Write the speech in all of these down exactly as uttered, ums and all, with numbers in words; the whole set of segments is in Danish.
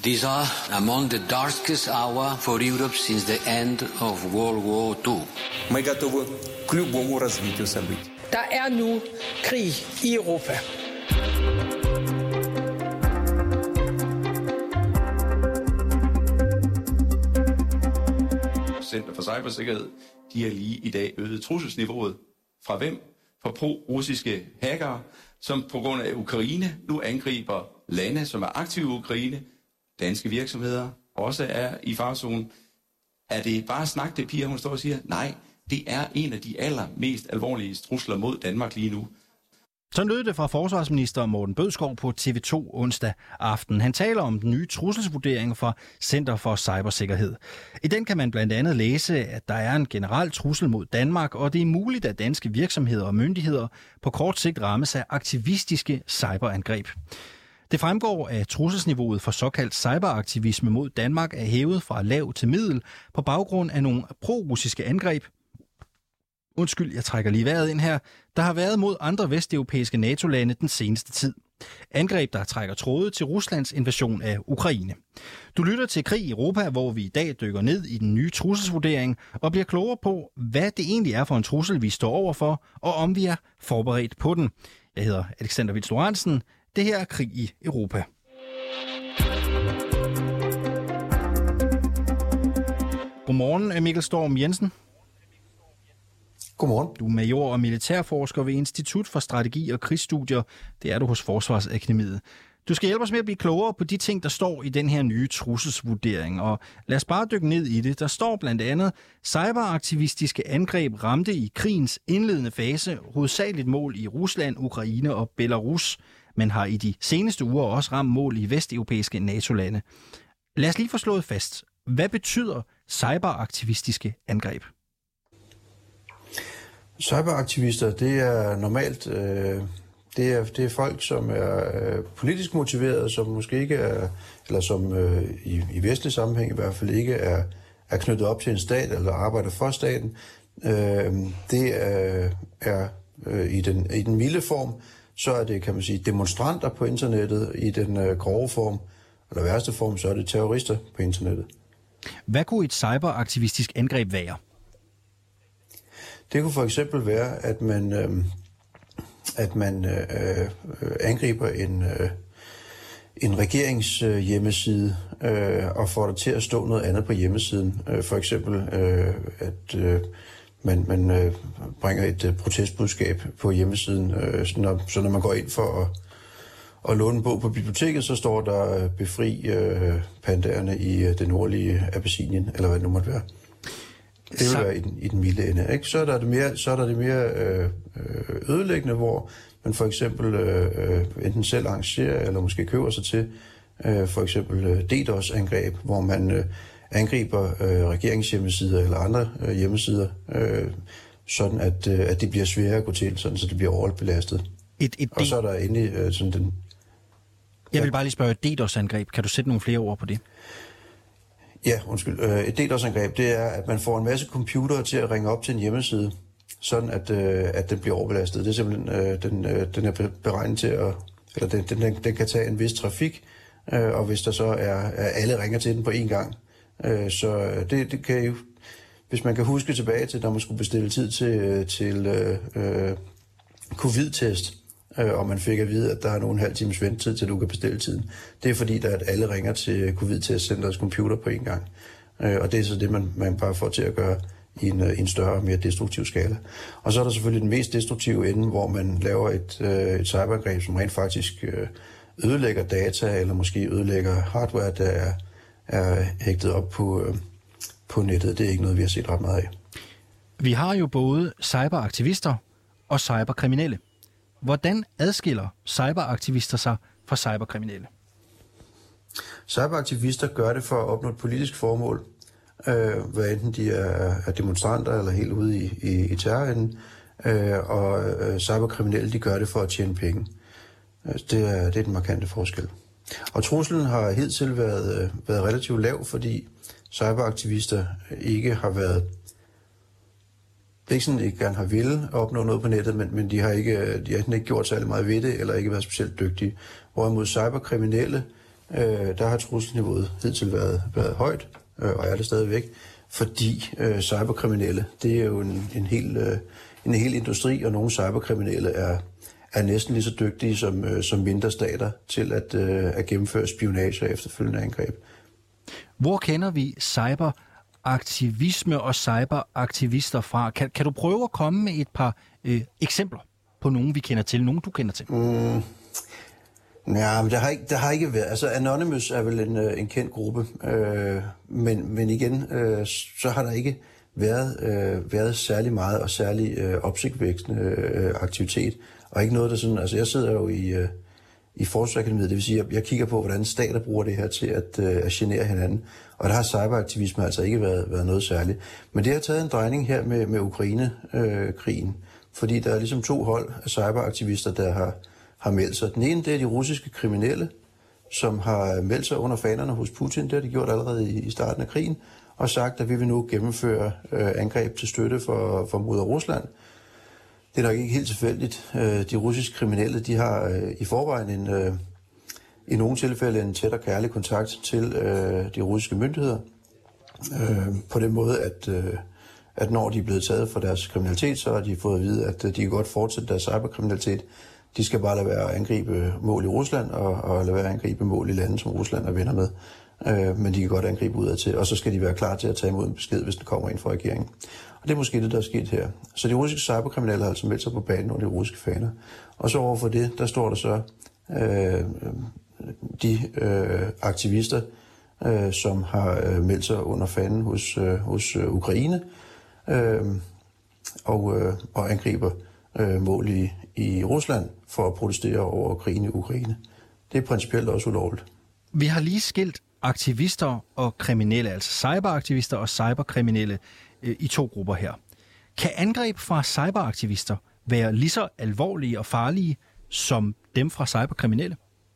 These are among the darkest hours for Europe since the end of World War Two. Мы готовы к любому развитию событий. Der er nu krig i Europa. Center for Cybersikkerhed, de har lige i dag øget trusselsniveauet. Fra hvem? Fra pro-russiske hackere, som på grund af Ukraine nu angriber lande, som er aktive i Ukraine. Danske virksomheder også er i farezonen. Er det bare snak, det Pia, hun står og siger? Nej, det er en af de allermest alvorlige trusler mod Danmark lige nu. Så lød det fra forsvarsminister Morten Bødskov på T V to onsdag aften. Han taler om den nye trusselsvurdering fra Center for Cybersikkerhed. I den kan man blandt andet læse, at der er en generel trussel mod Danmark, og det er muligt, at danske virksomheder og myndigheder på kort sigt rammes af aktivistiske cyberangreb. Det fremgår, at trusselsniveauet for såkaldt cyberaktivisme mod Danmark er hævet fra lav til middel på baggrund af nogle pro-russiske angreb. Undskyld, jeg trækker lige vejret ind her. Der har været mod andre vesteuropæiske NATO-lande den seneste tid. Angreb, der trækker tråde til Ruslands invasion af Ukraine. Du lytter til Krig i Europa, hvor vi i dag dykker ned i den nye trusselsvurdering og bliver klogere på, hvad det egentlig er for en trussel, vi står overfor, og om vi er forberedt på den. Jeg hedder Alexander Vils Lorentzen. Det her er Krig i Europa. Godmorgen, Mikkel Storm Jensen. Godmorgen. Du er major og militærforsker ved Institut for Strategi og Krigsstudier. Det er du hos Forsvarsakademiet. Du skal hjælpe os med at blive klogere på de ting, der står i den her nye trusselsvurdering. Og lad os bare dykke ned i det. Der står blandt andet, cyberaktivistiske angreb ramte i krigens indledende fase hovedsageligt mål i Rusland, Ukraine og Belarus, men har i de seneste uger også ramt mål i vesteuropæiske NATO-lande. Lad os lige få slået fast. Hvad betyder cyberaktivistiske angreb? Cyberaktivister, det er normalt, øh, det, er, det er folk, som er øh, politisk motiverede, som måske ikke er, eller som øh, i, i vestlig sammenhæng i hvert fald ikke er, er knyttet op til en stat eller arbejder for staten. Øh, det er, er øh, i, den, i den milde form, så er det, kan man sige, demonstranter på internettet. I den øh, grove form, eller værste form, så er det terrorister på internettet. Hvad kunne et cyberaktivistisk angreb være? Det kunne for eksempel være, at man, øh, at man øh, angriber en, øh, en regeringshjemmeside øh, og får det til at stå noget andet på hjemmesiden. Øh, for eksempel, øh, at øh, man, man øh, bringer et øh, protestbudskab på hjemmesiden. Øh, så, når, så når man går ind for at, at låne en bog på biblioteket, så står der befri øh, pandaerne i øh, det nordlige Abyssinien, eller hvad det nu måtte være. Det vil være i den, i den milde ende. Ikke? Så er der det mere, så er der det mere øh, ødelæggende, hvor man for eksempel øh, enten selv arrangerer, eller måske køber sig til øh, for eksempel øh, DDoS-angreb, hvor man øh, angriber øh, regeringshjemmesider eller andre øh, hjemmesider, øh, sådan at, øh, at det bliver sværere at gå til, sådan så det bliver overbelastet. Et, et Og så er der endelig øh, sådan den... Jeg vil bare lige spørge, DDoS-angreb, kan du sætte nogle flere ord på det? Ja, undskyld. Et DDoS-angreb, det er, at man får en masse computere til at ringe op til en hjemmeside, sådan at, øh, at den bliver overbelastet. Det er simpelthen, øh, den, øh, den er beregnet til at, eller den, den, den kan tage en vis trafik, øh, og hvis der så er, er alle ringer til den på én gang, øh, så det, det kan jo, hvis man kan huske tilbage til, når man skulle bestille tid til, til øh, covid-test, og man fik at vide, at der er nogle halv times ventetid, til du kan bestille tiden. Det er fordi, der er, at alle ringer til covid-testcenterets computer på en gang. Og det er så det, man, man bare får til at gøre i en, en større, mere destruktiv skala. Og så er der selvfølgelig den mest destruktive ende, hvor man laver et, et cyberangreb, som rent faktisk ødelægger data, eller måske ødelægger hardware, der er, er hægtet op på, på nettet. Det er ikke noget, vi har set ret meget af. Vi har jo både cyberaktivister og cyberkriminelle. Hvordan adskiller cyberaktivister sig fra cyberkriminelle? Cyberaktivister gør det for at opnå et politisk formål, øh, hvad enten de er, er demonstranter eller helt ude i, i, i terrorenden, øh, og øh, cyberkriminelle de gør det for at tjene penge. Det er, det er den markante forskel. Og truslen har hidtil været, øh, været relativt lav, fordi cyberaktivister ikke har været... Det er ikke sådan, at de ikke gerne har ville opnå noget på nettet, men, men de har ikke, de har ikke gjort særlig meget ved det, eller ikke været specielt dygtige. Hvorimod cyberkriminelle, øh, der har trusselsniveauet hidtil været, været højt, øh, og er det stadigvæk, fordi øh, cyberkriminelle, det er jo en, en, hel, øh, en hel industri, og nogle cyberkriminelle er, er næsten lige så dygtige som, øh, som mindre stater til at, øh, at gennemføre spionage og efterfølgende angreb. Hvor kender vi cyberaktivisme og cyberaktivister fra? Kan, kan du prøve at komme med et par øh, eksempler på nogen, vi kender til, nogen du kender til? Mm. Ja, men der har ikke, der har ikke været... Altså, Anonymous er vel en, en kendt gruppe, øh, men, men igen, øh, så har der ikke været, øh, været særlig meget og særlig øh, opsigtvækkende øh, aktivitet, og ikke noget, der sådan... Altså, jeg sidder jo i, øh, i Forsvarsakademiet, det vil sige, at jeg kigger på, hvordan stater bruger det her til at, øh, at genere hinanden, og der har cyberaktivisme altså ikke været, været noget særligt. Men det har taget en drejning her med, med Ukraine-krigen, øh, fordi der er ligesom to hold af cyberaktivister, der har... har meldt sig. Den ene, det er de russiske kriminelle, som har meldt sig under fanerne hos Putin. Det har de gjort allerede i, i starten af krigen, og sagt, at vi vil nu gennemføre øh, angreb til støtte for, for moder Rusland. Det er nok ikke helt tilfældigt. Øh, de russiske kriminelle, de har øh, i forvejen en, øh, i nogle tilfælde en tæt og kærlig kontakt til øh, de russiske myndigheder. Øh, på den måde, at, øh, at når de er blevet taget for deres kriminalitet, så har de fået at vide, at de kan godt fortsætte deres cyberkriminalitet. De skal bare lade være at angribe mål i Rusland, og, og lade være at angribe mål i lande, som Rusland er venner med. Øh, men de kan godt angribe udadtil, og så skal de være klar til at tage imod en besked, hvis den kommer ind fra regeringen. Og det er måske det, der er sket her. Så de russiske cyberkriminelle har altså meldt sig på banen under de russiske faner. Og så overfor det, der står der så øh, de øh, aktivister, øh, som har øh, meldt sig under fanen hos, øh, hos øh, Ukraine, øh, og, øh, og angriber øh, mål i, i Rusland for at protestere over krigen i Ukraine. Det er principielt også ulovligt. Vi har lige skilt aktivister og kriminelle, altså cyberaktivister og cyberkriminelle, øh, i to grupper her. Kan angreb fra cyberaktivister være lige så alvorlige og farlige som dem fra cyberkriminelle?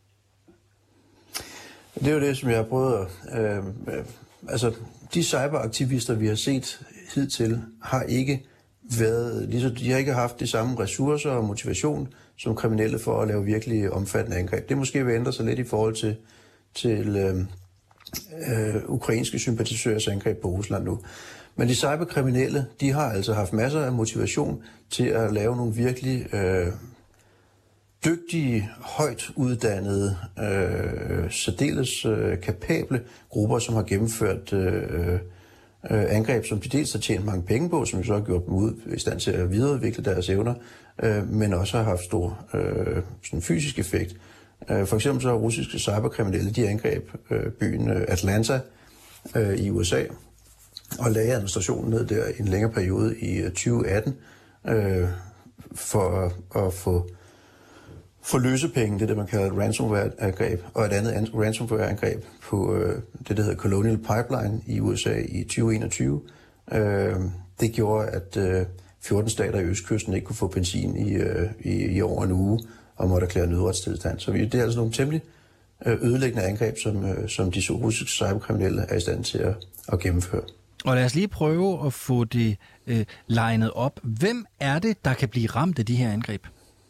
Det er jo det, som jeg har prøvet at... Øh, øh, altså, de cyberaktivister, vi har set hidtil, har ikke været, ligesom, de har ikke haft de samme ressourcer og motivation som kriminelle for at lave virkelig omfattende angreb. Det måske vil ændre sig lidt i forhold til, til øh, øh, ukrainske sympatisørers angreb på Rusland nu. Men de cyberkriminelle, de har altså haft masser af motivation til at lave nogle virkelig øh, dygtige, højt uddannede, øh, særdeles øh, kapable grupper, som har gennemført øh, øh, angreb, som de dels har tjent mange penge på, som så har gjort dem ud i stand til at videreudvikle deres evner, øh, men også har haft stor øh, sådan fysisk effekt. Øh, for eksempel så har russiske cyberkriminelle, de angreb øh, byen Atlanta øh, i U S A, og lagde administrationen ned der i en længere periode i tyve atten øh, for at, at få for løsepenge, det er det, man kalder et ransomware-angreb, og et andet ransomware-angreb på øh, det, der hedder Colonial Pipeline i U S A i tyve enogtyve. Øh, det gjorde, at øh, fjorten stater i Østkysten ikke kunne få benzin i, øh, i, i over en uge, og måtte erklære nødretstilstand. Så det er altså nogle temmelig ødelæggende angreb, som, øh, som de russiske cyberkriminelle er i stand til at, at gennemføre. Og lad os lige prøve at få det øh, legnet op. Hvem er det, der kan blive ramt af de her angreb?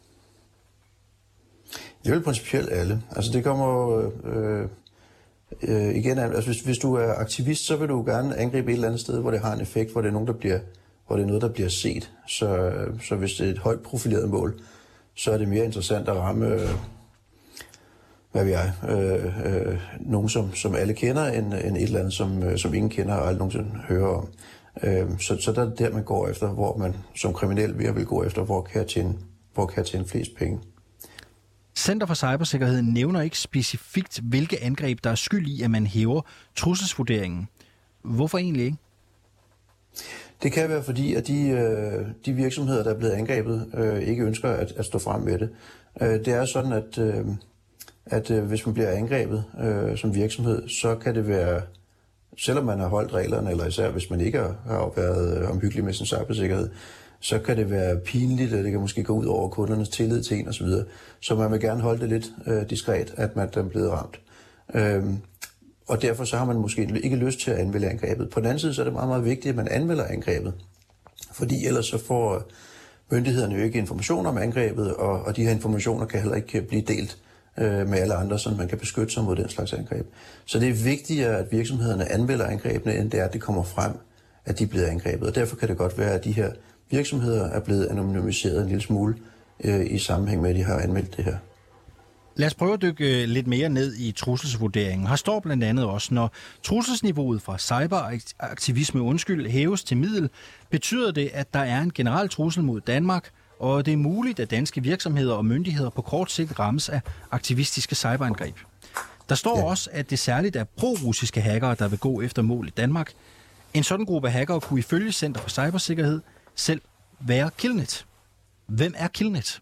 Det er vel principielt alle. Altså det kommer øh, øh, igen, altså hvis, hvis du er aktivist, så vil du gerne angribe et eller andet sted, hvor det har en effekt, hvor det er nogen, der bliver, hvor det er noget, der bliver set. Så, så hvis det er et højt profileret mål, så er det mere interessant at ramme, øh, hvad ved jeg, øh, øh, nogen, som, som alle kender, end, end et eller andet, som, øh, som ingen kender og aldrig nogensinde hører om. Øh, så, så der er der, man går efter, hvor man som kriminel vil gå efter, hvor kan jeg tjene, hvor kan jeg tjene flest penge. Center for Cybersikkerhed nævner ikke specifikt, hvilke angreb, der er skyld i, at man hæver trusselsvurderingen. Hvorfor egentlig ikke? Det kan være fordi, at de, de virksomheder, der er blevet angrebet, ikke ønsker at, at stå frem med det. Det er sådan, at, at hvis man bliver angrebet som virksomhed, så kan det være, selvom man har holdt reglerne, eller især hvis man ikke har været omhyggelig med sin cybersikkerhed, så kan det være pinligt, og det kan måske gå ud over kundernes tillid til en osv. Så, så man vil gerne holde det lidt øh, diskret, at man er blevet ramt. Øhm, og derfor så har man måske ikke lyst til at anmelde angrebet. På den anden side så er det meget, meget vigtigt, at man anmelder angrebet. Fordi ellers så får myndighederne jo ikke information om angrebet, og, og de her informationer kan heller ikke blive delt øh, med alle andre, så man kan beskytte sig mod den slags angreb. Så det er vigtigere, at virksomhederne anmelder angrebene, end det er, at det kommer frem, at de er blevet angrebet. Og derfor kan det godt være, at de her virksomheder er blevet anonymiseret en lille smule øh, i sammenhæng med, at de har anmeldt det her. Lad os prøve at dykke lidt mere ned i trusselsvurderingen. Her står blandt andet også, når trusselsniveauet fra cyberaktivisme undskyld hæves til middel, betyder det, at der er en generel trussel mod Danmark, og det er muligt, at danske virksomheder og myndigheder på kort sigt rammes af aktivistiske cyberangreb. Der står ja. også, at det særligt er pro-russiske hackere, der vil gå efter mål i Danmark. En sådan gruppe hackere kunne ifølge Center for Cybersikkerhed selv være Killnet. Hvem er Killnet?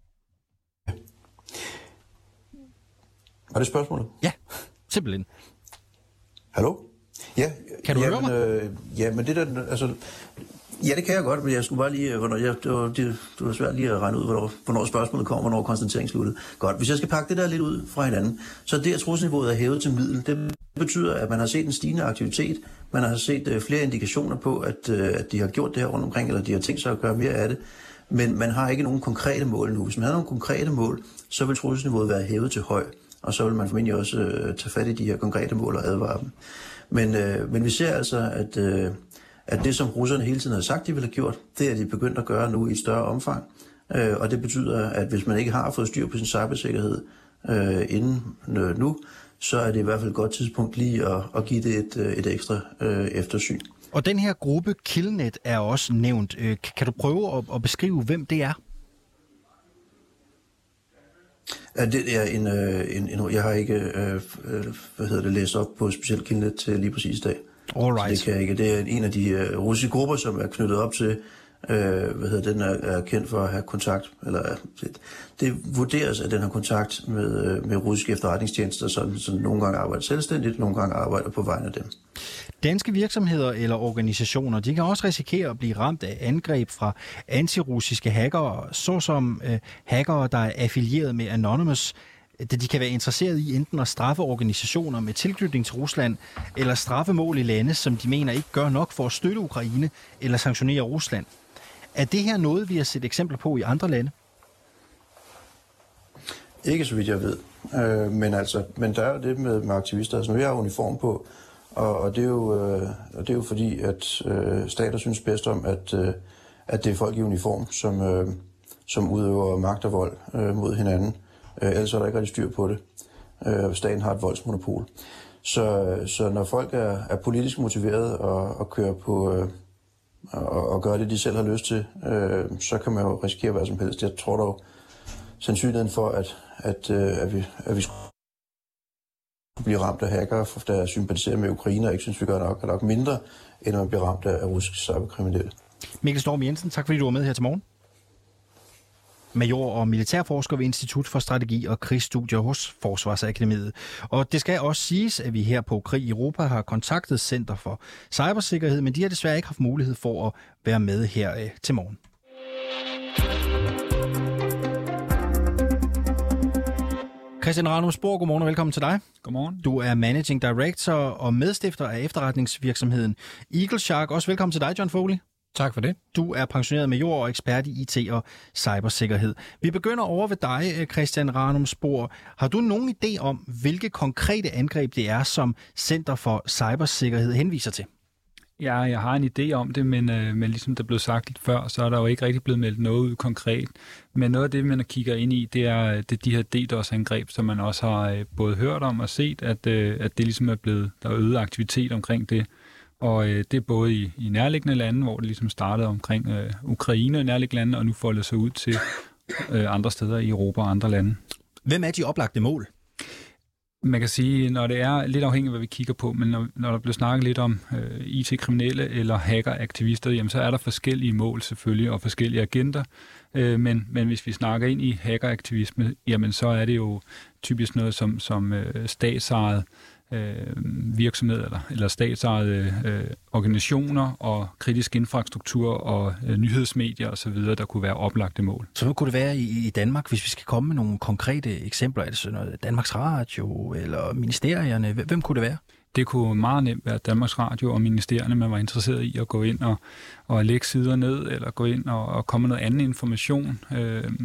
Var det spørgsmålet? Ja, simpelthen. Hallo? Ja. Kan du jamen, høre mig? Øh, ja, men det der, altså... Ja, det kan jeg godt, men jeg skulle bare lige... Hvornår, jeg, det, var, det, det var svært lige at regne ud, hvornår, hvornår spørgsmålet kom, hvornår konstateringen sluttede. Godt, hvis jeg skal pakke det der lidt ud fra hinanden, så det, at trusselsniveauet er hævet til middel, det betyder, at man har set en stigende aktivitet, man har set uh, flere indikationer på, at, uh, at de har gjort det her rundt omkring, eller de har tænkt sig at gøre mere af det, men man har ikke nogen konkrete mål nu. Hvis man havde nogle konkrete mål, så vil trusselsniveauet være hævet til høj. Og så vil man formentlig også øh, tage fat i de her konkrete mål og advare dem. Men, øh, men vi ser altså, at, øh, at det, som russerne hele tiden har sagt, de ville have gjort, det er de begyndt at gøre nu i et større omfang. Øh, og det betyder, at hvis man ikke har fået styr på sin cybersikkerhed øh, inden øh, nu, så er det i hvert fald et godt tidspunkt lige at, at give det et, et ekstra øh, eftersyn. Og den her gruppe Killnet er også nævnt. Øh, kan du prøve at, at beskrive, hvem det er? Ja, det er en, en, en jeg har ikke øh, hvad hedder det, læst op på specielt Killnet til lige præcis i dag. Alright. Det kan jeg ikke. Det er en af de øh, russiske grupper, som er knyttet op til, øh, hvad hedder den er, er kendt for at have kontakt, eller det, det vurderes, at den har kontakt med, med russiske efterretningstjenester, som, som nogle gange arbejder selvstændigt, nogle gange arbejder på vegne af dem. Danske virksomheder eller organisationer, de kan også risikere at blive ramt af angreb fra antirussiske hackere, såsom øh, hackere, der er affilieret med Anonymous. De kan være interesseret i enten at straffe organisationer med tilknytning til Rusland, eller straffe mål i lande, som de mener ikke gør nok for at støtte Ukraine eller sanktionere Rusland. Er det her noget, vi har set eksempler på i andre lande? Ikke så vidt jeg ved, øh, men altså, men der er jo det med, med aktivister. Altså nu jeg har uniform på, og, og det er jo, øh, og det er jo fordi, at øh, stater synes bedst om, at, øh, at det er folk i uniform, som, øh, som udøver magt og vold øh, mod hinanden. Øh, ellers er der ikke rigtig styr på det. Øh, staten har et voldsmonopol. Så, så når folk er, er politisk motiveret og, og kører på øh, og, og gør det, de selv har lyst til, øh, så kan man jo risikere hvad som helst. Jeg tror dog sandsynligheden for, at, at, øh, at, vi, at vi skulle blive ramt af hackere, der sympatiserer med Ukraine og ikke synes, vi gør nok, er nok mindre, end at man bliver ramt af russiske cyberkriminelle. Mikkel Storm Jensen, tak fordi du var med her til morgen. Major og militærforsker ved Institut for Strategi og Krigsstudier hos Forsvarsakademiet. Og det skal også siges, at vi her på Krig i Europa har kontaktet Center for Cybersikkerhed, men de har desværre ikke haft mulighed for at være med her øh, til morgen. Christian Ranum-Spohr, godmorgen og velkommen til dig. Godmorgen. Du er Managing Director og medstifter af efterretningsvirksomheden Eagle Shark. Også velkommen til dig, John Foley. Tak for det. Du er pensioneret major og ekspert i I T og cybersikkerhed. Vi begynder over ved dig, Christian Ranum-Spohr. Har du nogen idé om, hvilke konkrete angreb det er, som Center for Cybersikkerhed henviser til? Ja, jeg har en idé om det, men, øh, men ligesom der blev sagt lidt før, så er der jo ikke rigtig blevet meldt noget ud konkret. Men noget af det, man kigger ind i, det er, det er de her DDoS-angreb, som man også har øh, både hørt om og set, at, øh, at det ligesom er blevet, der er øget aktivitet omkring det. Og øh, det er både i, i nærliggende lande, hvor det ligesom startede omkring øh, Ukraine og nærliggende lande, og nu folder det sig ud til øh, andre steder i Europa og andre lande. Hvem er de oplagte mål? Man kan sige, når det er lidt afhængigt af, hvad vi kigger på, men når, når der bliver snakket lidt om øh, I T-kriminelle eller hackeraktivister, jamen så er der forskellige mål selvfølgelig og forskellige agenter. Øh, men, men hvis vi snakker ind i hackeraktivisme, jamen så er det jo typisk noget som, som øh, statsejet øh, virksomheder eller, eller statsejede øh, organisationer og kritisk infrastruktur og øh, nyhedsmedier osv., der kunne være oplagte mål. Så hvad kunne det være i, i Danmark, hvis vi skal komme med nogle konkrete eksempler? Er det sådan noget Danmarks Radio eller ministerierne? Hvem kunne det være? Det kunne meget nemt være Danmarks Radio og ministerierne, man var interesseret i at gå ind og, og lægge sider ned, eller gå ind og, og komme med noget anden information. Øh,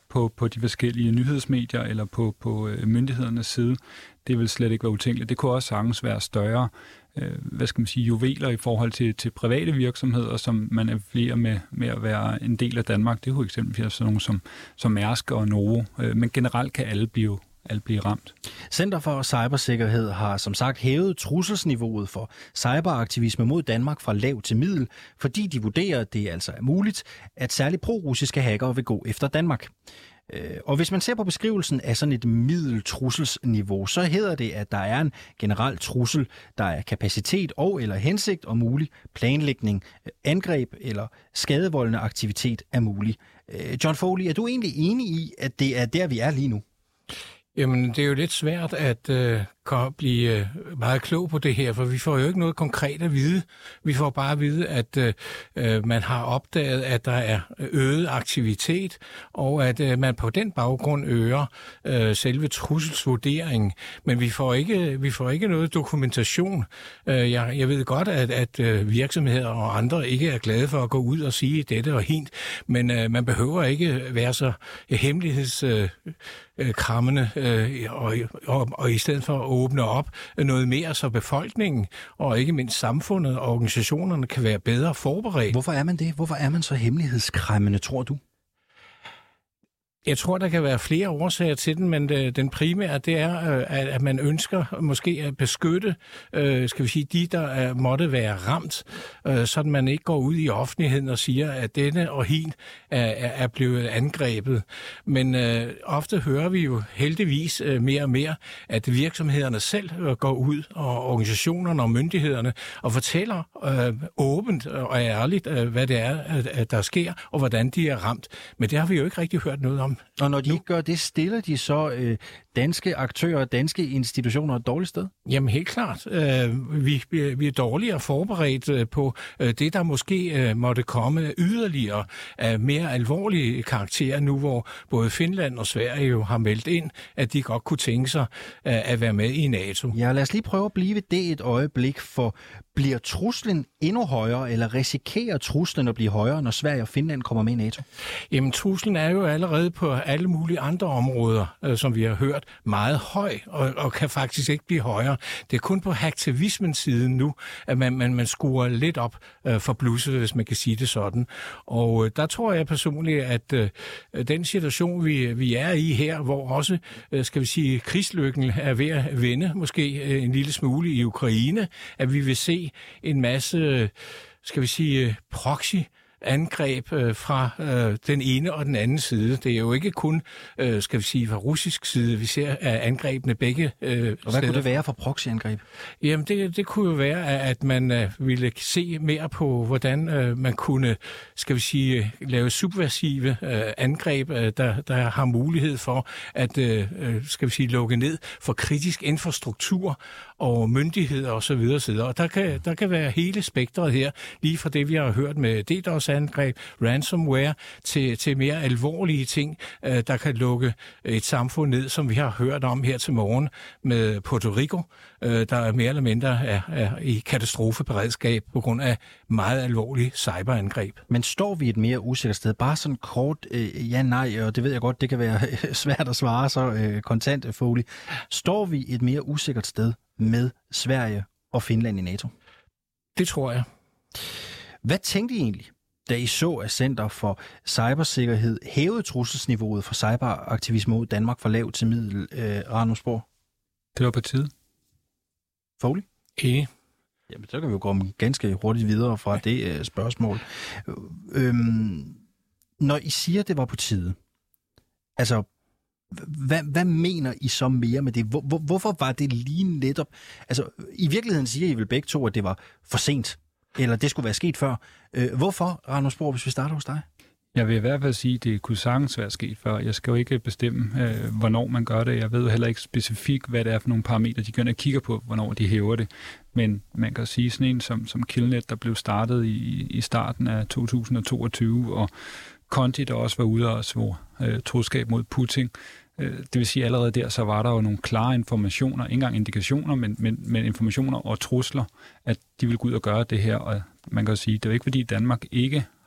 på, på de forskellige nyhedsmedier eller på, på øh, myndighedernes side. Det vil slet ikke være utænkeligt. Det kunne også sagtens være større øh, hvad skal man sige, juveler i forhold til, til private virksomheder, som man affilierer med, med at være en del af Danmark. Det kunne eksempelvis være sådan nogle som, som Mærsk og Novo. Øh, men generelt kan alle blive alt blive ramt. Center for Cybersikkerhed har som sagt hævet trusselsniveauet for cyberaktivisme mod Danmark fra lav til middel, fordi de vurderer, at det altså er muligt, at særligt pro-russiske hackere vil gå efter Danmark. Og hvis man ser på beskrivelsen af sådan et middeltrusselsniveau, så hedder det, at der er en generel trussel, der er kapacitet og eller hensigt og mulig planlægning, angreb eller skadevoldende aktivitet er mulig. John Foley, er du egentlig enig i, at det er der, vi er lige nu? Jamen, det er jo lidt svært at øh, blive øh, meget klog på det her, for vi får jo ikke noget konkret at vide. Vi får bare at vide, at øh, man har opdaget, at der er øget aktivitet, og at øh, man på den baggrund øger øh, selve trusselsvurderingen. Men vi får ikke, vi får ikke noget dokumentation. Øh, jeg, jeg ved godt, at, at øh, virksomheder og andre ikke er glade for at gå ud og sige dette og hint, men øh, man behøver ikke være så hemmeligheds... Øh, krammende, øh, og, og, og i stedet for at åbne op noget mere, så befolkningen og ikke mindst samfundet og organisationerne kan være bedre forberedt. Hvorfor er man det? Hvorfor er man så hemmelighedsskræmmende, tror du? Jeg tror, der kan være flere årsager til den, men den primære, det er, at man ønsker måske at beskytte, skal vi sige, de, der måtte være ramt, så man ikke går ud i offentligheden og siger, at denne og hin er blevet angrebet. Men ofte hører vi jo heldigvis mere og mere, at virksomhederne selv går ud, og organisationerne og myndighederne, og fortæller åbent og ærligt, hvad det er, der sker, og hvordan de er ramt. Men det har vi jo ikke rigtig hørt noget om. Og når de ikke gør det, stiller de så øh, danske aktører og danske institutioner et dårligt sted? Jamen helt klart. Øh, vi, vi er dårligere forberedt øh, på øh, det, der måske øh, måtte komme yderligere af mere alvorlige karakterer nu, hvor både Finland og Sverige jo har meldt ind, at de godt kunne tænke sig øh, at være med i NATO. Ja, lad os lige prøve at blive ved det et øjeblik, for bliver truslen endnu højere, eller risikerer truslen at blive højere, når Sverige og Finland kommer med i NATO? Jamen truslen er jo allerede på alle mulige andre områder, øh, som vi har hørt, meget høj, og, og kan faktisk ikke blive højere. Det er kun på hacktivismens side nu, at man, man, man skruer lidt op øh, for blusset, hvis man kan sige det sådan. Og øh, der tror jeg personligt, at øh, den situation, vi, vi er i her, hvor også, øh, skal vi sige, krigslykken er ved at vende, måske øh, en lille smule i Ukraine, at vi vil se en masse, skal vi sige, proxy angreb øh, fra øh, den ene og den anden side. Det er jo ikke kun, øh, skal vi sige, fra russisk side. Vi ser at angrebene begge øh, og hvad steder. kunne det være for proxyangreb? Jamen, det, det kunne jo være, at man øh, ville se mere på, hvordan øh, man kunne, skal vi sige, lave subversive øh, angreb, øh, der, der har mulighed for at, øh, skal vi sige, lukke ned for kritisk infrastruktur og myndigheder osv. osv. Og der kan, der kan være hele spektret her, lige fra det, vi har hørt med DDoS-angreb, ransomware, til, til mere alvorlige ting, øh, der kan lukke et samfund ned, som vi har hørt om her til morgen med Puerto Rico, øh, der er mere eller mindre er, er i katastrofeberedskab på grund af meget alvorlige cyberangreb. Men står vi et mere usikkert sted? Bare sådan kort, øh, ja, nej, og det ved jeg godt, det kan være svært at svare så øh, kontant, Foley. Står vi et mere usikkert sted med Sverige og Finland i NATO? Det tror jeg. Hvad tænkte I egentlig, da I så, at Center for Cybersikkerhed hævede trusselsniveauet for cyberaktivisme mod Danmark fra lav til middel, øh, Ranumsborg? Det var på tide. Foley? Enig. Jamen, så kan vi jo komme ganske hurtigt videre fra det øh, spørgsmål. Øhm, når I siger, at det var på tide, altså, Hvad, hvad mener I så mere med det? Hvor, hvor, hvorfor var det lige netop... Altså, i virkeligheden siger I vel begge to, at det var for sent, eller det skulle være sket før. Øh, hvorfor, Ranumsborg, hvis vi starter hos dig? Jeg vil i hvert fald sige, at det kunne sagtens være sket før. Jeg skal jo ikke bestemme, øh, hvornår man gør det. Jeg ved heller ikke specifikt, hvad det er for nogle parametre, de gør, kigger på, hvornår de hæver det. Men man kan sige sådan en som, som Killnet, der blev startet i, i starten af to tusind og toogtyve, og Conti, der også var ude og svore øh, troskab mod Putin. Øh, det vil sige, allerede der, så var der jo nogle klare informationer, ikke engang indikationer, men, men, men informationer og trusler, at de ville gå ud og gøre det her. Og man kan jo sige, det er jo ikke, fordi Danmark ikke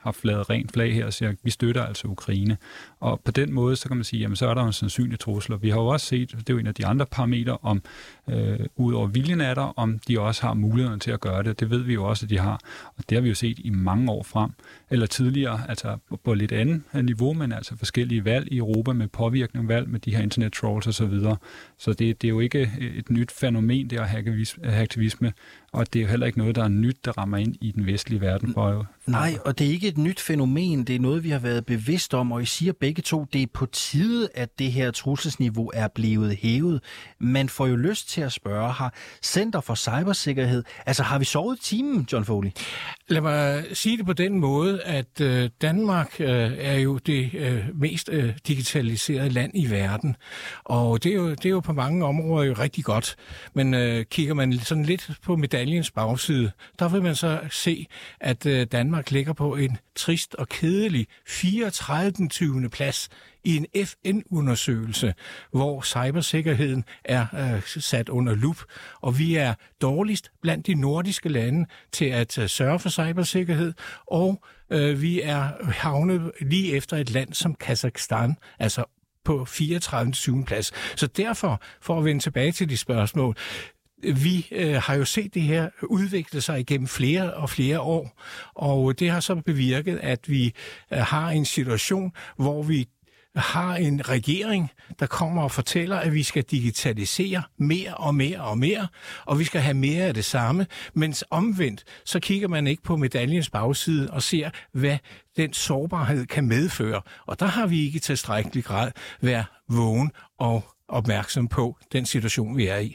har flaget rent flag her og siger, at vi støtter altså Ukraine. Og på den måde, så kan man sige, jamen så er der en sandsynlig trussel. Vi har jo også set, det er jo en af de andre parametre, om øh, ud over viljen af der, om de også har muligheden til at gøre det. Det ved vi jo også, at de har. Og det har vi jo set i mange år frem, eller tidligere, altså på lidt andet niveau, men altså forskellige valg i Europa med påvirkning valg med de her internet trolls og så videre. Så det, det er jo ikke et nyt fænomen, det er hacktivisme, og det er jo heller ikke noget, der er nyt, der rammer ind i den vestlige verden. For, Nej, og det er ikke et nyt fænomen, det er noget, vi har været bevidst om, og I siger begge to, det er på tide, at det her trusselsniveau er blevet hævet. Man får jo lyst til at spørge, har Center for Cybersikkerhed, altså har vi sovet timen, John Foley? Lad mig sige det på den måde, at øh, Danmark øh, er jo det øh, mest øh, digitaliserede land i verden, og det er jo, det er jo på mange områder jo rigtig godt. Men øh, kigger man sådan lidt på medaljens bagside, der vil man så se, at øh, Danmark ligger på en trist og kedelig fireogtredive. plads i en F N-undersøgelse, hvor cybersikkerheden er øh, sat under lup, og vi er dårligst blandt de nordiske lande til at øh, sørge for cybersikkerhed, og øh, vi er havnet lige efter et land som Kazakhstan, altså på fireogtredive. plads. Så derfor, for at vende tilbage til de spørgsmål, vi øh, har jo set det her udvikle sig igennem flere og flere år, og det har så bevirket, at vi øh, har en situation, hvor vi har en regering, der kommer og fortæller, at vi skal digitalisere mere og mere og mere, og vi skal have mere af det samme, mens omvendt, så kigger man ikke på medaljens bagside og ser, hvad den sårbarhed kan medføre. Og der har vi ikke i tilstrækkelig grad været vågen og opmærksom på den situation, vi er i.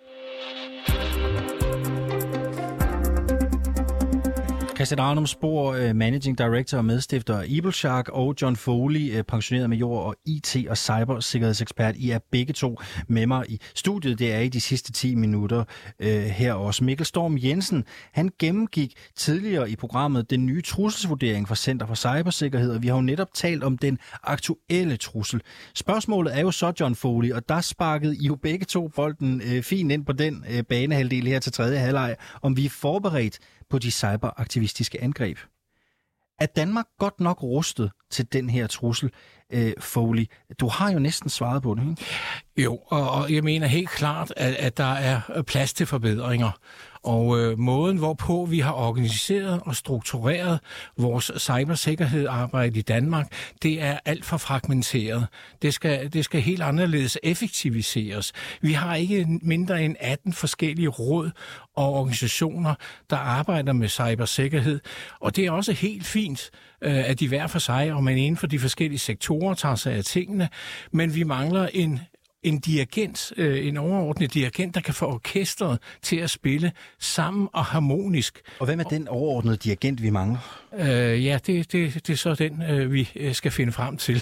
Christian Ranum-Spohr, Managing Director og medstifter af EbelShark, og John Foley, pensioneret major og I T- og cybersikkerhedsekspert. I er begge to med mig i studiet. Det er i de sidste ti minutter øh, her også. Mikkel Storm Jensen, han gennemgik tidligere i programmet den nye trusselsvurdering fra Center for Cybersikkerhed, og vi har jo netop talt om den aktuelle trussel. Spørgsmålet er jo så, John Foley, og der sparkede I jo begge to bolden øh, fint ind på den øh, banehalvdel her til tredje halvleg, om vi er forberedt på de cyberaktivistiske angreb. Er Danmark godt nok rustet til den her trussel, øh, Foley? Du har jo næsten svaret på det, ikke? Jo, og, og jeg mener helt klart, at, at der er plads til forbedringer. Og øh, måden, hvorpå vi har organiseret og struktureret vores cybersikkerhedsarbejde i Danmark, det er alt for fragmenteret. Det skal, det skal helt anderledes effektiviseres. Vi har ikke mindre end atten forskellige råd og organisationer, der arbejder med cybersikkerhed. Og det er også helt fint, øh, at de hver for sig, og man inden for de forskellige sektorer tager sig af tingene, men vi mangler en En dirigent, øh, en overordnet dirigent, der kan få orkestret til at spille sammen og harmonisk. Og hvem er den overordnede dirigent, vi mangler? Øh, ja, det, det, det er så den, øh, vi skal finde frem til.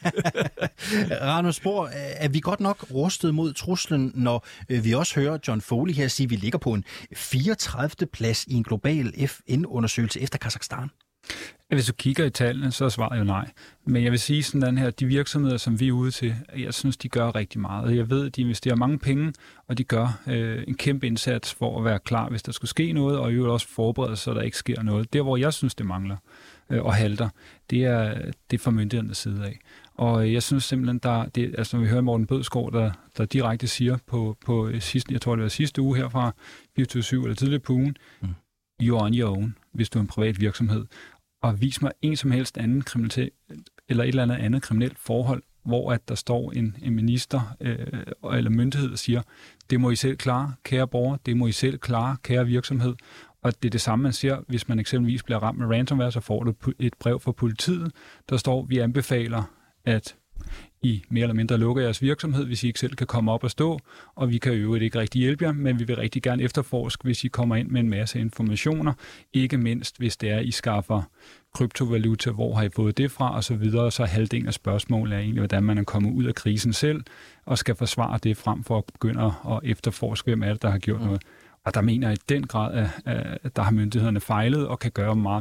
Ranum-Spohr, er vi godt nok rustet mod truslen, når øh, vi også hører John Foley her sige, at vi ligger på en fireogtredivte plads i en global F N-undersøgelse efter Kazakhstan? Hvis du kigger i tallene, så er svaret jo nej. Men jeg vil sige sådan her, de virksomheder, som vi er ude til, jeg synes, de gør rigtig meget. Jeg ved, at de investerer mange penge, og de gør øh, en kæmpe indsats for at være klar, hvis der skulle ske noget, og i øvrigt også forberede sig, så der ikke sker noget. Der, hvor jeg synes, det mangler øh, og halter, det er, det er fra myndighedernes side af. Og jeg synes simpelthen, der, det, altså når vi hører Morten Bødskov, der, der direkte siger på, på sidste, jeg tror det var sidste uge her fra fireogtyve syv eller tidligere på ugen, mm. you're on your own, hvis du er en privat virksomhed. Og vis mig en som helst anden kriminalitet, eller et eller andet andet kriminelt forhold, hvor at der står en, en minister øh, eller myndighed og siger, det må I selv klare, kære borger, det må I selv klare, kære virksomhed. Og det er det samme, man ser, hvis man eksempelvis bliver ramt med ransomware, så får du et brev fra politiet, der står, vi anbefaler, at I mere eller mindre lukker jeres virksomhed, hvis I ikke selv kan komme op og stå, og vi kan jo ikke rigtig hjælpe jer, men vi vil rigtig gerne efterforske, hvis I kommer ind med en masse informationer, ikke mindst hvis det er, I skaffer kryptovaluta, hvor har I fået det fra, og så videre. Så halvdelen af spørgsmålet er egentlig, hvordan man er kommet ud af krisen selv, og skal forsvare det frem for at begynde at efterforske, hvem er det, der har gjort noget. Og der mener jeg i den grad, at der har myndighederne fejlet og kan gøre meget mere.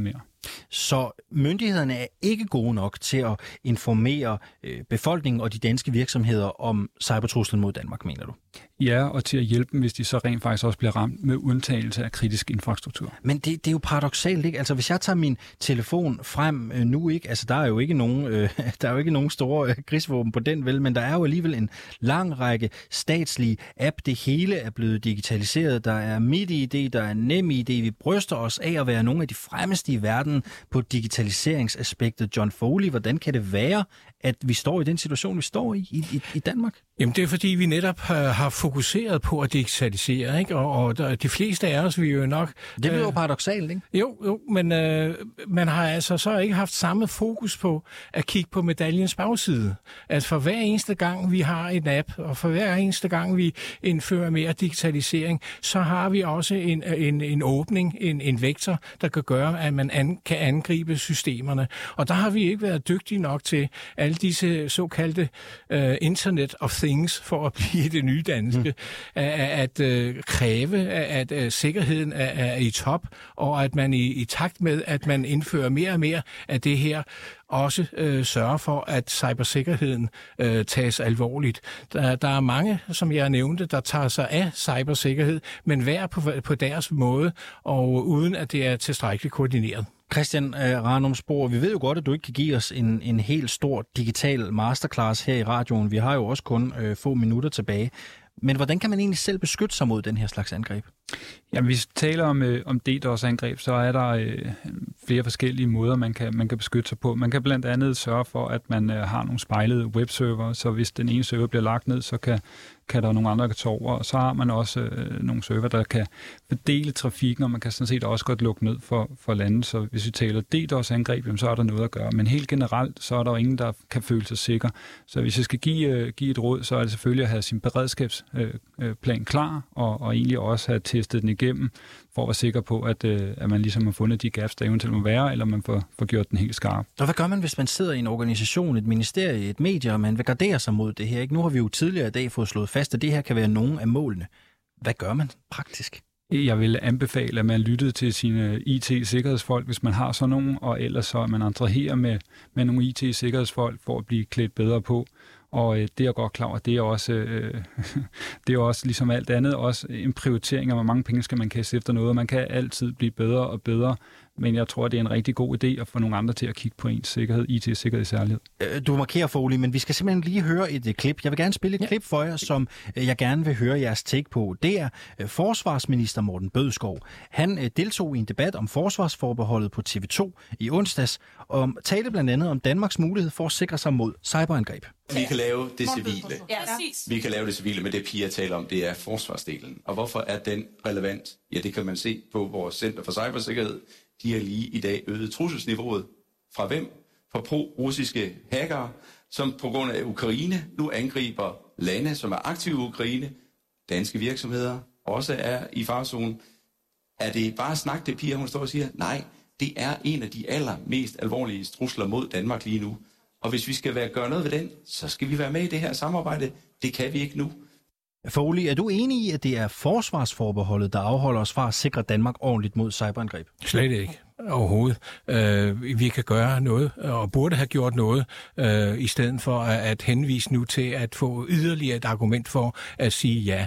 Så myndighederne er ikke gode nok til at informere øh, befolkningen og de danske virksomheder om cybertruslen mod Danmark, mener du? Ja, og til at hjælpe dem, hvis de så rent faktisk også bliver ramt med undtagelse af kritisk infrastruktur. Men det, det er jo paradoksalt, ikke? Altså, hvis jeg tager min telefon frem øh, nu, ikke? Altså, der er jo ikke nogen, øh, der er jo ikke nogen store øh, krigsvåben på den, vel? Men der er jo alligevel en lang række statslige app. Det hele er blevet digitaliseret. Der er MitID, der er NemID. Vi bryster os af at være nogle af de fremmeste i verden på digitaliseringsaspektet. John Foley, hvordan kan det være, at vi står i den situation, vi står i i, i Danmark? Jamen, det er fordi, vi netop har, har fokuseret på at digitalisere, ikke? Og, og der, de fleste af os, vi jo nok... Det bliver jo øh, paradoksalt, ikke? Jo, jo, men øh, man har altså så ikke haft samme fokus på at kigge på medaljens bagside. At for hver eneste gang, vi har en app, og for hver eneste gang, vi indfører mere digitalisering, så har vi også en, en, en åbning, en, en vektor, der kan gøre, at man an, kan angribe systemerne. Og der har vi ikke været dygtige nok til alle disse såkaldte øh, Internet of Things, for at blive det nye danske, mm. at, at øh, kræve, at, at øh, sikkerheden er, er i top, og at man i, i takt med, at man indfører mere og mere af det her, også øh, sørger for, at cybersikkerheden øh, tages alvorligt. Der, der er mange, som jeg nævnte, der tager sig af cybersikkerhed, men hver på, på deres måde, og uden at det er tilstrækkeligt koordineret. Christian uh, Ranum-Spohr, vi ved jo godt, at du ikke kan give os en, en helt stor digital masterclass her i radioen. Vi har jo også kun uh, få minutter tilbage. Men hvordan kan man egentlig selv beskytte sig mod den her slags angreb? Jamen, hvis vi taler om, øh, om DDoS-angreb, så er der øh, flere forskellige måder, man kan, man kan beskytte sig på. Man kan blandt andet sørge for, at man øh, har nogle spejlede webserver, så hvis den ene server bliver lagt ned, så kan, kan der nogle andre, der kan tage over. Og så har man også øh, nogle server, der kan fordele trafikken, og man kan sådan set også godt lukke ned for, for landet. Så hvis vi taler DDoS-angreb, så er der noget at gøre. Men helt generelt, så er der jo ingen, der kan føle sig sikker. Så hvis jeg skal give, øh, give et råd, så er det selvfølgelig at have sin beredskabsplan øh, klar, og, og egentlig også have testet den igennem, for at være sikker på, at, øh, at man ligesom har fundet de gaps, der eventuelt må være, eller man får, får gjort den helt skarp. Og hvad gør man, hvis man sidder i en organisation, et ministerie, et medie, og man vil gardere sig mod det her? Ikke? Nu har vi jo tidligere i dag fået slået fast, at det her kan være nogle af målene. Hvad gør man praktisk? Jeg vil anbefale, at man lyttede til sine I T-sikkerhedsfolk, hvis man har sådan nogen, og ellers så at man attraherer med, med nogle I T-sikkerhedsfolk for at blive klædt bedre på. Og øh, det er jeg godt klar over, det er også, øh, det er også ligesom alt andet, også en prioritering af, hvor mange penge skal man kaste efter noget. Man kan altid blive bedre og bedre, men jeg tror, det er en rigtig god idé at få nogle andre til at kigge på ens sikkerhed, I T-sikkerhed i særlighed. Du markerer, Foley, men vi skal simpelthen lige høre et uh, klip. Jeg vil gerne spille et ja. klip for jer, som uh, jeg gerne vil høre jeres take på. Det er uh, forsvarsminister Morten Bødskov. Han uh, deltog i en debat om forsvarsforbeholdet på T V to i onsdags, og talte blandt andet om Danmarks mulighed for at sikre sig mod cyberangreb. Vi kan lave det civile. Ja, vi kan lave det civile, men det Pia taler om, det er forsvarsdelen. Og hvorfor er den relevant? Ja, det kan man se på vores Center for Cybersikkerhed. De har lige i dag øget trusselsniveauet. Fra hvem? Fra pro-russiske hackere, som på grund af Ukraine nu angriber lande, som er aktive i Ukraine. Danske virksomheder også er i farezonen. Er det bare snak, det Pia, hun står og siger? Nej, det er en af de allermest alvorlige trusler mod Danmark lige nu. Og hvis vi skal være, gøre noget ved den, så skal vi være med i det her samarbejde. Det kan vi ikke nu. Foley, er du enig i, at det er forsvarsforbeholdet, der afholder os fra at sikre Danmark ordentligt mod cyberangreb? Slet ikke. Overhovedet. Øh, vi kan gøre noget, og burde have gjort noget, øh, i stedet for at, at henvise nu til at få yderligere et argument for at sige ja.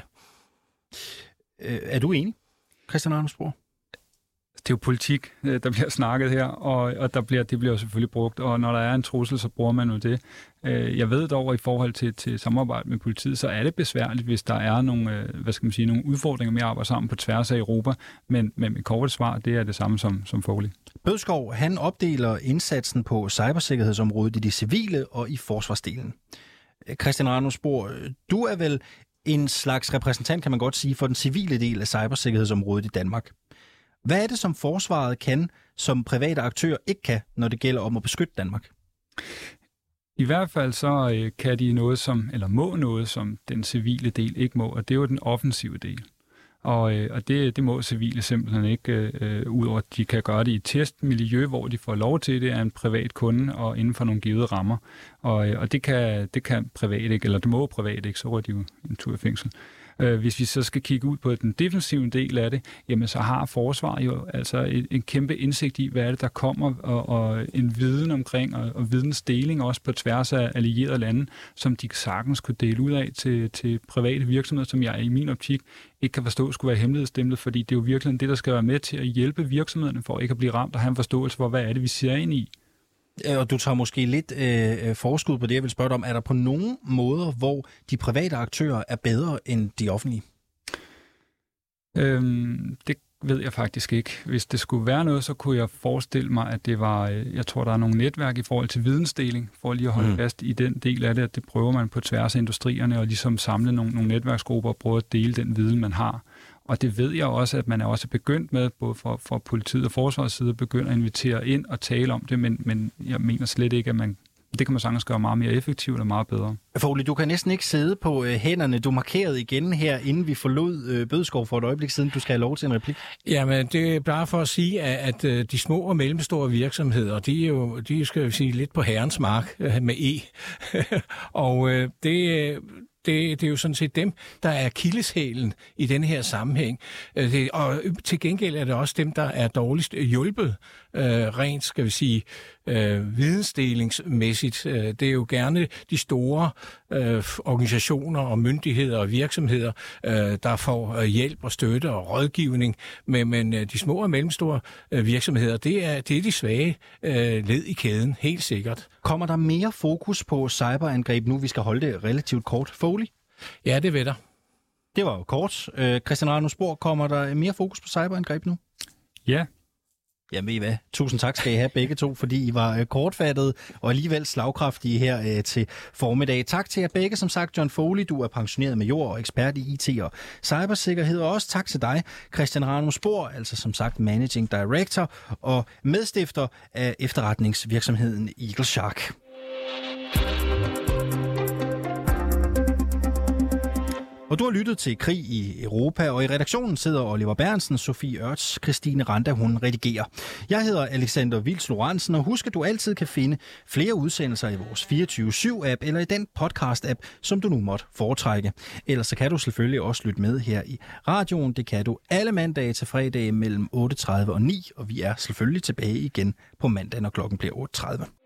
Øh, er du enig, Christian Ranum-Spohr? Det er jo politik, der bliver snakket her, og, og der bliver, det bliver jo selvfølgelig brugt, og når der er en trussel, så bruger man jo det. Jeg ved dog, i forhold til, til samarbejde med politiet, så er det besværligt, hvis der er nogle, hvad skal man sige, nogle udfordringer med at arbejde sammen på tværs af Europa, men, men mit korte svar, det er det samme som, som Foley. Bødskov, han opdeler indsatsen på cybersikkerhedsområdet i det civile og i forsvarsdelen. Christian Ranum-Spohr, du er vel en slags repræsentant, kan man godt sige, for den civile del af cybersikkerhedsområdet i Danmark. Hvad er det, som forsvaret kan, som private aktører ikke kan, når det gælder om at beskytte Danmark? I hvert fald så øh, kan de noget som, eller må noget, som den civile del ikke må, og det er jo den offensive del. Og, øh, og det, det må civile simpelthen ikke, øh, udover at de kan gøre det i et testmiljø, hvor de får lov til det af en privat kunde og inden for nogle givet rammer. Og, øh, og det, kan, det kan privat ikke, eller det må privat ikke, så er de jo en tur i fængsel. Øh, hvis vi så skal kigge ud på den defensive del af det, jamen så har forsvaret jo altså en, en kæmpe indsigt i, hvad er det, der kommer, og, og en viden omkring, og, og vidensdeling også på tværs af allierede lande, som de sagtens kunne dele ud af til, til private virksomheder, som jeg i min optik ikke kan forstå skulle være hemmelighedsstemplet, fordi det er jo virkelig det, der skal være med til at hjælpe virksomhederne for ikke at blive ramt og have en forståelse for, hvad er det, vi ser ind i. Og du tager måske lidt øh, forskud på det, jeg vil spørge dig om. Er der på nogen måder, hvor de private aktører er bedre end de offentlige? Øhm, det ved jeg faktisk ikke. Hvis det skulle være noget, så kunne jeg forestille mig, at det var, jeg tror, der er nogle netværk i forhold til vidensdeling, for lige at holde mm. fast i den del af det, at det prøver man på tværs af industrierne, og ligesom samle nogle, nogle netværksgrupper og prøve at dele den viden, man har. Og det ved jeg også, at man er også begyndt med, både fra, fra politiet og forsvarets side, begynder at invitere ind og tale om det, men, men jeg mener slet ikke, at man det kan man sagtens gøre meget mere effektivt og meget bedre. Fogli, du kan næsten ikke sidde på øh, hænderne. Du markerede igen her, inden vi forlod øh, Bødskov for et øjeblik siden. Du skal have lov til en replik. Jamen, det er bare for at sige, at, at, at de små og mellemstore virksomheder, de er jo, de skal jo sige, lidt på herrens mark øh, med E. og øh, det... Det, det er jo sådan set dem, der er akilleshælen i den her sammenhæng. Det, og til gengæld er det også dem, der er dårligst hjulpet, øh, rent, skal vi sige, øh, vidensdelingsmæssigt. Det er jo gerne de store øh, organisationer og myndigheder og virksomheder, øh, der får hjælp og støtte og rådgivning. Men, men de små og mellemstore øh, virksomheder, det er, det er de svage øh, led i kæden, helt sikkert. Kommer der mere fokus på cyberangreb nu? Vi skal holde det relativt kort. Fogli? Ja, det ved der. Det var jo kort. Øh, Christian Rano Spor, kommer der mere fokus på cyberangreb nu? Ja. Jamen ved I hvad? Tusind tak skal I have begge to, fordi I var øh, kortfattede og alligevel slagkraftige her øh, til formiddag. Tak til jer begge, som sagt. John Fogli, du er pensioneret major og ekspert i I T og cybersikkerhed. Og også tak til dig, Christian Rano Spor, altså som sagt Managing Director og medstifter af efterretningsvirksomheden Eagle Shark. Og du har lyttet til Krig i Europa, og i redaktionen sidder Oliver Bernsen, Sofie Ørts, Christine Randa, hun redigerer. Jeg hedder Alexander Vils Lorentzen, og husk, at du altid kan finde flere udsendelser i vores fireogtyve syv app eller i den podcast-app, som du nu måtte foretrække. Ellers så kan du selvfølgelig også lytte med her i radioen. Det kan du alle mandage til fredag mellem otte tredive og ni, og vi er selvfølgelig tilbage igen på mandag, når klokken bliver otte tredive.